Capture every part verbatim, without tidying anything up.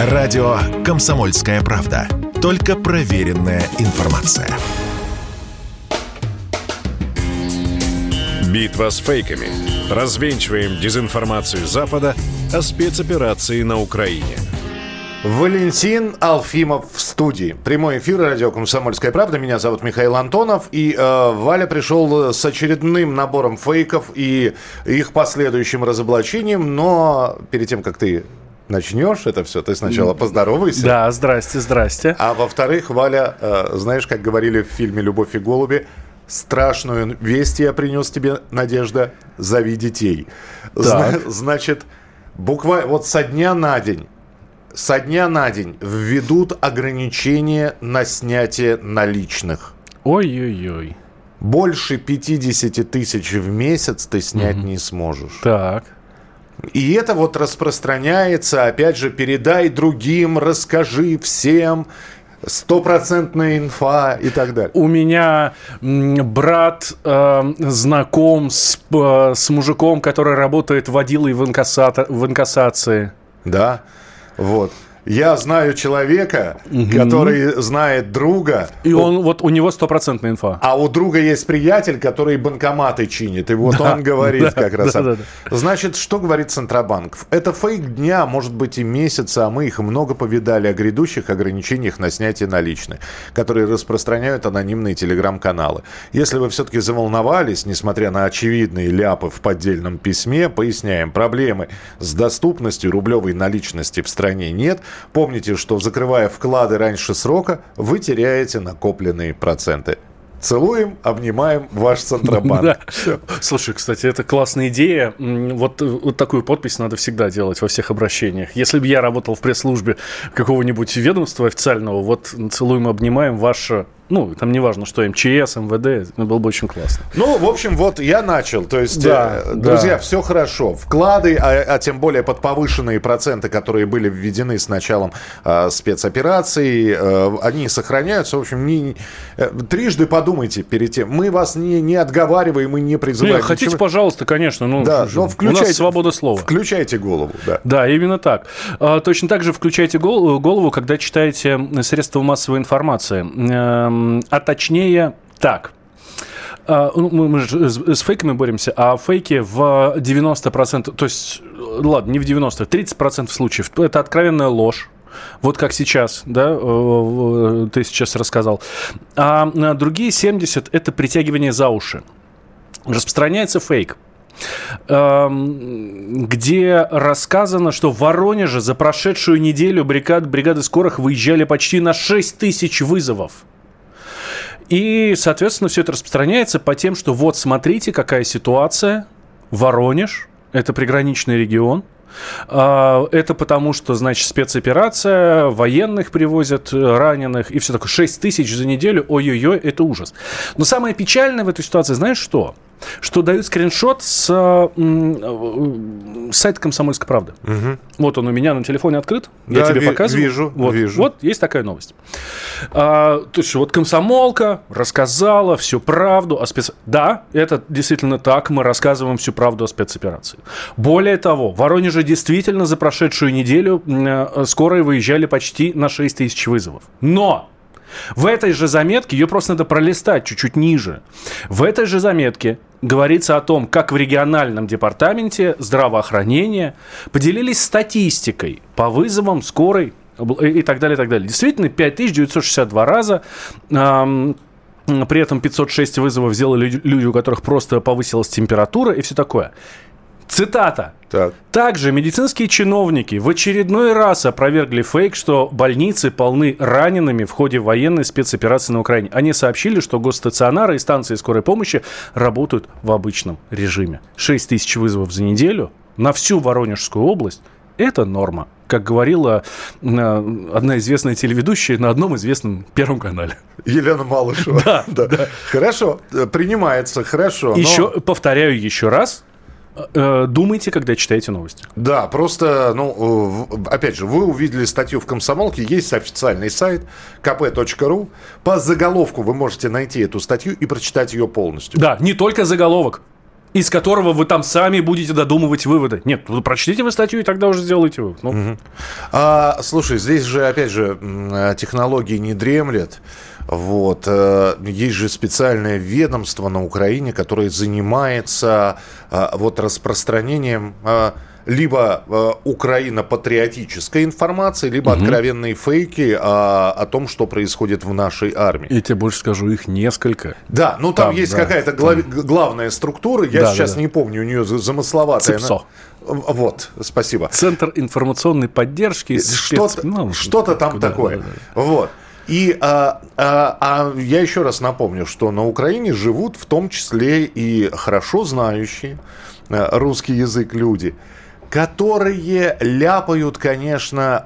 Радио «Комсомольская правда». Только проверенная информация. Битва с фейками. Развенчиваем дезинформацию Запада о спецоперации на Украине. Валентин Алфимов в студии. Прямой эфир радио «Комсомольская правда». Меня зовут Михаил Антонов. И э, Валя пришел с очередным набором фейков и их последующим разоблачением. Но перед тем, как ты начнешь это все, ты сначала поздоровайся. Да, здрасте, здрасте. А во-вторых, Валя, э, знаешь, как говорили в фильме «Любовь и голуби», страшную весть я принес тебе, Надежда, зови детей. Зна- значит, буквально вот со дня на день Со дня на день введут ограничения на снятие наличных. Ой-ой-ой. Больше пятьдесят тысяч в месяц ты снять угу. не сможешь. Так. И это вот распространяется, опять же, передай другим, расскажи всем, стопроцентная инфа и так далее. У меня брат э, знаком с, э, с мужиком, который работает водилой в, инкассата- в инкассации. Да. Вот. Я знаю человека, угу. который знает друга. И он, вот у него стопроцентная инфа. А у друга есть приятель, который банкоматы чинит. И вот да, он говорит да, как раз. Да, да, да. Значит, что говорит Центробанк? Это фейк дня, может быть и месяца, а мы их много повидали о грядущих ограничениях на снятие наличных, которые распространяют анонимные телеграм-каналы. Если вы все-таки заволновались, несмотря на очевидные ляпы в поддельном письме, поясняем, проблемы с доступностью рублевой наличности в стране нет. Помните, что, закрывая вклады раньше срока, вы теряете накопленные проценты. Целуем, обнимаем ваш Центробанк. Да. Слушай, кстати, это классная идея. Вот, вот такую подпись надо всегда делать во всех обращениях. Если бы я работал в пресс-службе какого-нибудь ведомства официального, вот целуем, обнимаем ваше... Ну, там не важно, что эм че эс, эм вэ дэ, это было бы очень классно. Ну, в общем, вот я начал. То есть, да, э, друзья, да. все хорошо. Вклады, а, а тем более под повышенные проценты, которые были введены с началом э, спецоперации, э, они сохраняются. В общем, не, э, трижды подумайте перед тем. Мы вас не, не отговариваем и не призываем. Не, хотите, пожалуйста, конечно. Ну, да, но включайте, у нас свобода слова. Включайте голову. Да, да, именно так. А, точно так же включайте голову, голову, когда читаете средства массовой информации. А точнее, так. Мы, мы же с фейками боремся, а фейки в девяносто процентов, то есть, ладно, не в девяносто, тридцать процентов случаев, это откровенная ложь. Вот как сейчас, да, ты сейчас рассказал. А другие семьдесят – это притягивание за уши. Распространяется фейк, где рассказано, что в Воронеже за прошедшую неделю бригад, бригады скорых выезжали почти на шесть тысяч вызовов. И, соответственно, все это распространяется по тем, что вот, смотрите, какая ситуация. Воронеж – это приграничный регион. Это потому, что, значит, спецоперация, военных привозят, раненых и все такое. шесть тысяч за неделю, ой-ой-ой, это ужас. Но самое печальное в этой ситуации, знаешь что? Что дают скриншот с, с сайта «Комсомольской правды». Угу. Вот он у меня на телефоне открыт. Да, я тебе ви- показываю. Вижу, вот, вижу. Вот есть такая новость. А, то есть вот «Комсомолка» рассказала всю правду о спец... Да, это действительно так. Мы рассказываем всю правду о спецоперации. Более того, в Воронеже действительно за прошедшую неделю скорые выезжали почти на шесть тысяч вызовов. Но... В этой же заметке, ее просто надо пролистать чуть-чуть ниже. В этой же заметке говорится о том, как в региональном департаменте здравоохранения поделились статистикой по вызовам скорой и так далее, и так далее. Действительно, пять тысяч девятьсот шестьдесят два раза. Эм, при этом пятьсот шесть вызовов сделали люди, у которых просто повысилась температура и все такое. Цитата. Так. Также медицинские чиновники в очередной раз опровергли фейк, что больницы полны ранеными в ходе военной спецоперации на Украине. Они сообщили, что госстационары и станции скорой помощи работают в обычном режиме. шесть тысяч вызовов за неделю на всю Воронежскую область – это норма. Как говорила одна известная телеведущая на одном известном Первом канале. Елена Малышева. Да, да. да. Хорошо, принимается, хорошо. Еще, но... повторяю еще раз. Думайте, когда читаете новости. Да, просто, ну, опять же, вы увидели статью в «Комсомолке», есть официальный сайт ка пэ точка ру. По заголовку вы можете найти эту статью и прочитать ее полностью. Да, не только заголовок. из которого вы там сами будете додумывать выводы. Нет, вы прочтите вы статью и тогда уже сделайте вывод. Ну. Угу. А, слушай, здесь же, опять же, технологии не дремлят. Вот. Есть же специальное ведомство на Украине, которое занимается вот, распространением либо э, Украино-патриотической информации, либо угу. откровенные фейки о, о том, что происходит в нашей армии. Я тебе больше скажу, их несколько. Да, ну там, там есть да, какая-то глав... там... главная структура, я да, сейчас да, да. не помню, у нее замысловатая. ЦИПСО. Вот, спасибо. Центр информационной поддержки. Что-то, спец... ну, что-то там куда, такое. Да, да, да. Вот. И а, а, а я еще раз напомню, что на Украине живут в том числе и хорошо знающие а, русский язык люди, которые ляпают, конечно,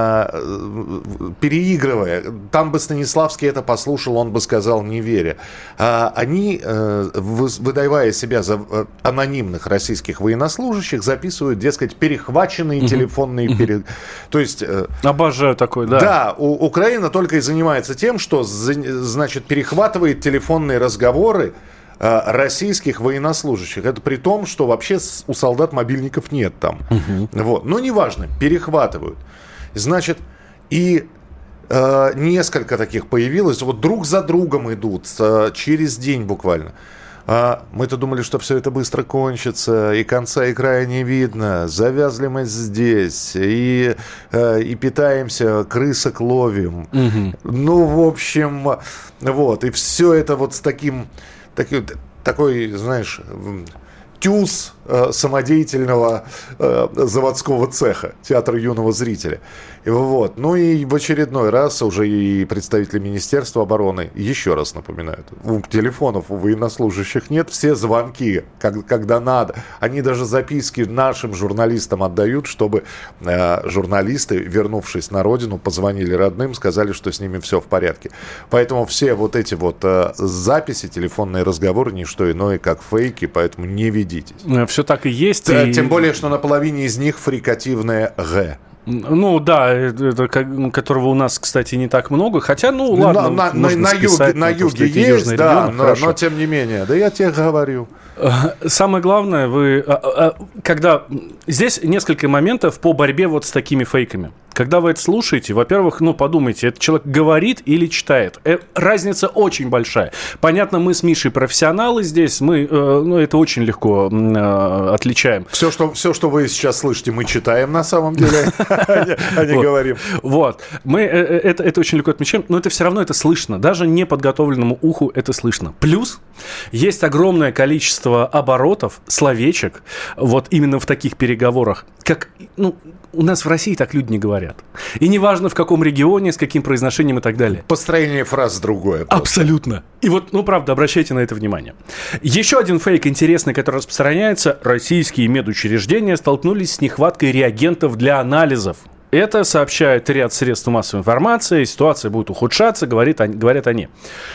переигрывая. Там бы Станиславский это послушал, он бы сказал, не веря. Они, выдавая себя за анонимных российских военнослужащих, записывают, дескать, перехваченные угу. телефонные... Угу. Пере... То есть... Обожаю такой, да. Да, у, Украина только и занимается тем, что, значит, перехватывает телефонные разговоры российских военнослужащих. Это при том, что вообще у солдат мобильников нет там. Угу. Вот. Но неважно, перехватывают. Значит, и э, несколько таких появилось. Вот друг за другом идут э, через день буквально. А мы-то думали, что все это быстро кончится, и конца и края не видно. Завязли мы здесь, и, э, и питаемся, крысок ловим. Угу. Ну, в общем, вот. И все это вот с таким... Такой, такой, знаешь, тюз э, самодеятельного э, заводского цеха, театра юного зрителя. И, вот. Ну и в очередной раз уже и представители Министерства обороны еще раз напоминают. У телефонов у военнослужащих нет, все звонки, как, когда надо. Они даже записки нашим журналистам отдают, чтобы э, журналисты, вернувшись на родину, позвонили родным, сказали, что с ними все в порядке. Поэтому все вот эти вот э, записи, телефонные разговоры, не что иное, как фейки, поэтому не ведитесь. Все так и есть. Т- и... Тем более, что на половине из них фрикативное «г». Ну да, это, которого у нас, кстати, не так много. Хотя, ну ладно, на, на, на, юге, на юге есть, да, но, но тем не менее. Да я тебе говорю. Самое главное, вы, когда здесь несколько моментов по борьбе вот с такими фейками. Когда вы это слушаете, во-первых, ну, подумайте, этот человек говорит или читает. Э, разница очень большая. Понятно, мы с Мишей профессионалы здесь, мы, э, ну, это очень легко э, отличаем. Все что, все, что вы сейчас слышите, мы читаем на самом деле, а не говорим. Вот. Мы это очень легко отмечаем, но это все равно это слышно. Даже неподготовленному уху это слышно. Плюс есть огромное количество оборотов, словечек, вот именно в таких переговорах, как, ну, у нас в России так люди не говорят. И неважно, в каком регионе, с каким произношением и так далее. Построение фраз другое. Просто. Абсолютно. И вот, ну, правда, обращайте на это внимание. Еще один фейк интересный, который распространяется. Российские медучреждения столкнулись с нехваткой реагентов для анализов. Это сообщает ряд средств массовой информации. Ситуация будет ухудшаться, говорит, говорят они.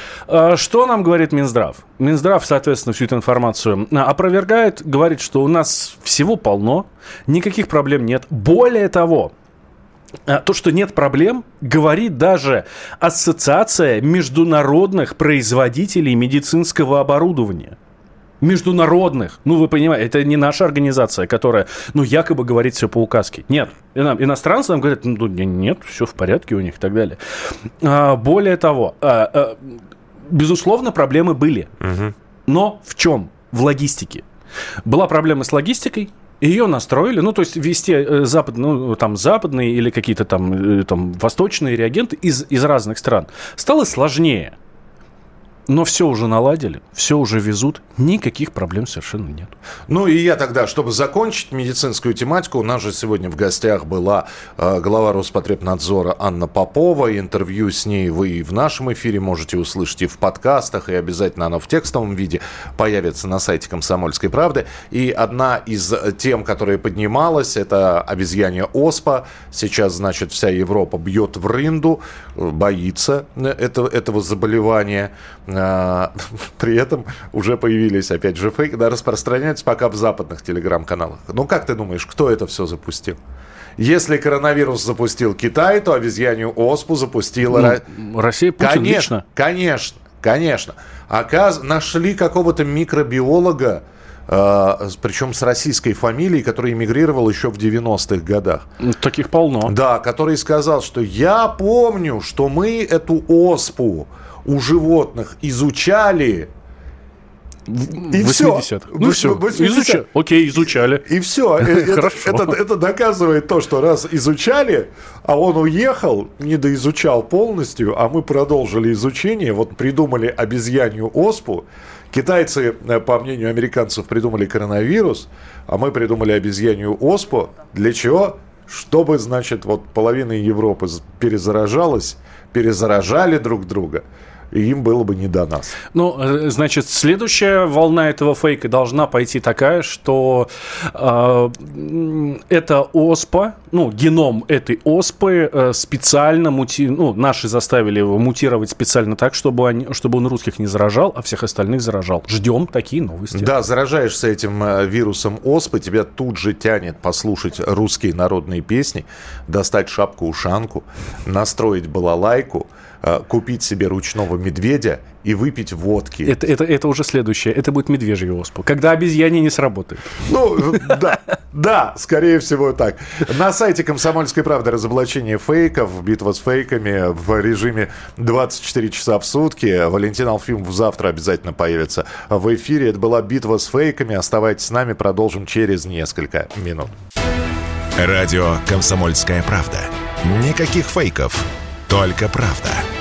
Что нам говорит Минздрав? Минздрав, соответственно, всю эту информацию опровергает, говорит, что у нас всего полно, никаких проблем нет. Более того, то, что нет проблем, говорит даже Ассоциация международных производителей медицинского оборудования. Международных. Ну, вы понимаете, это не наша организация, которая, ну, якобы говорит все по указке. Нет. Иностранцы нам говорят, ну, нет, все в порядке у них и так далее. Более того, безусловно, проблемы были. Угу. Но в чем? В логистике. Была проблема с логистикой, ее настроили. Ну, то есть везти запад, ну, там, западные или какие-то там, там восточные реагенты из, из разных стран стало сложнее. Но все уже наладили, все уже везут, никаких проблем совершенно нет. Ну и я тогда, чтобы закончить медицинскую тематику, у нас же сегодня в гостях была э, глава Роспотребнадзора Анна Попова. Интервью с ней вы в нашем эфире можете услышать и в подкастах, и обязательно оно в текстовом виде появится на сайте «Комсомольской правды». И одна из тем, которая поднималась, это обезьянья оспа. Сейчас, значит, вся Европа бьет в рынду, боится этого, этого заболевания. При этом уже появились, опять же, фейки, да, распространяются пока в западных телеграм-каналах. Ну, как ты думаешь, кто это все запустил? Если коронавирус запустил Китай, то обезьянью оспу запустила... Ну, Россия, Путин конечно, лично. Конечно, конечно. Оказ... Нашли какого-то микробиолога причем с российской фамилией, который эмигрировал еще в девяностых годах. Таких полно. Да, который сказал, что я помню, что мы эту оспу у животных изучали. И все. Ну все, изучали. Окей, изучали. И все. Это, это, это доказывает то, что раз изучали, а он уехал, не доизучал полностью, а мы продолжили изучение, вот придумали обезьянью оспу. Китайцы, по мнению американцев, придумали коронавирус, а мы придумали обезьянью оспу. Для чего? Чтобы, значит, вот половина Европы перезаражалась, перезаражали друг друга. И им было бы не до нас. Ну, значит, следующая волна этого фейка должна пойти такая, что э, эта оспа, ну, геном этой оспы э, специально мути... ну, наши заставили его мутировать специально так, чтобы, они, чтобы он русских не заражал, а всех остальных заражал. Ждем такие новости. Да, заражаешься этим вирусом оспы, тебя тут же тянет послушать русские народные песни, достать шапку-ушанку, настроить балалайку, купить себе ручного медведя и выпить водки. Это, это, это уже следующее. Это будет медвежья оспа. Когда обезьяне не сработает. Ну, да, да, скорее всего так. На сайте «Комсомольской правды» разоблачение фейков, битва с фейками в режиме двадцать четыре часа в сутки. Валентин Алфимов завтра обязательно появится в эфире. Это была битва с фейками. Оставайтесь с нами, продолжим через несколько минут. Радио «Комсомольская правда». Никаких фейков, только правда.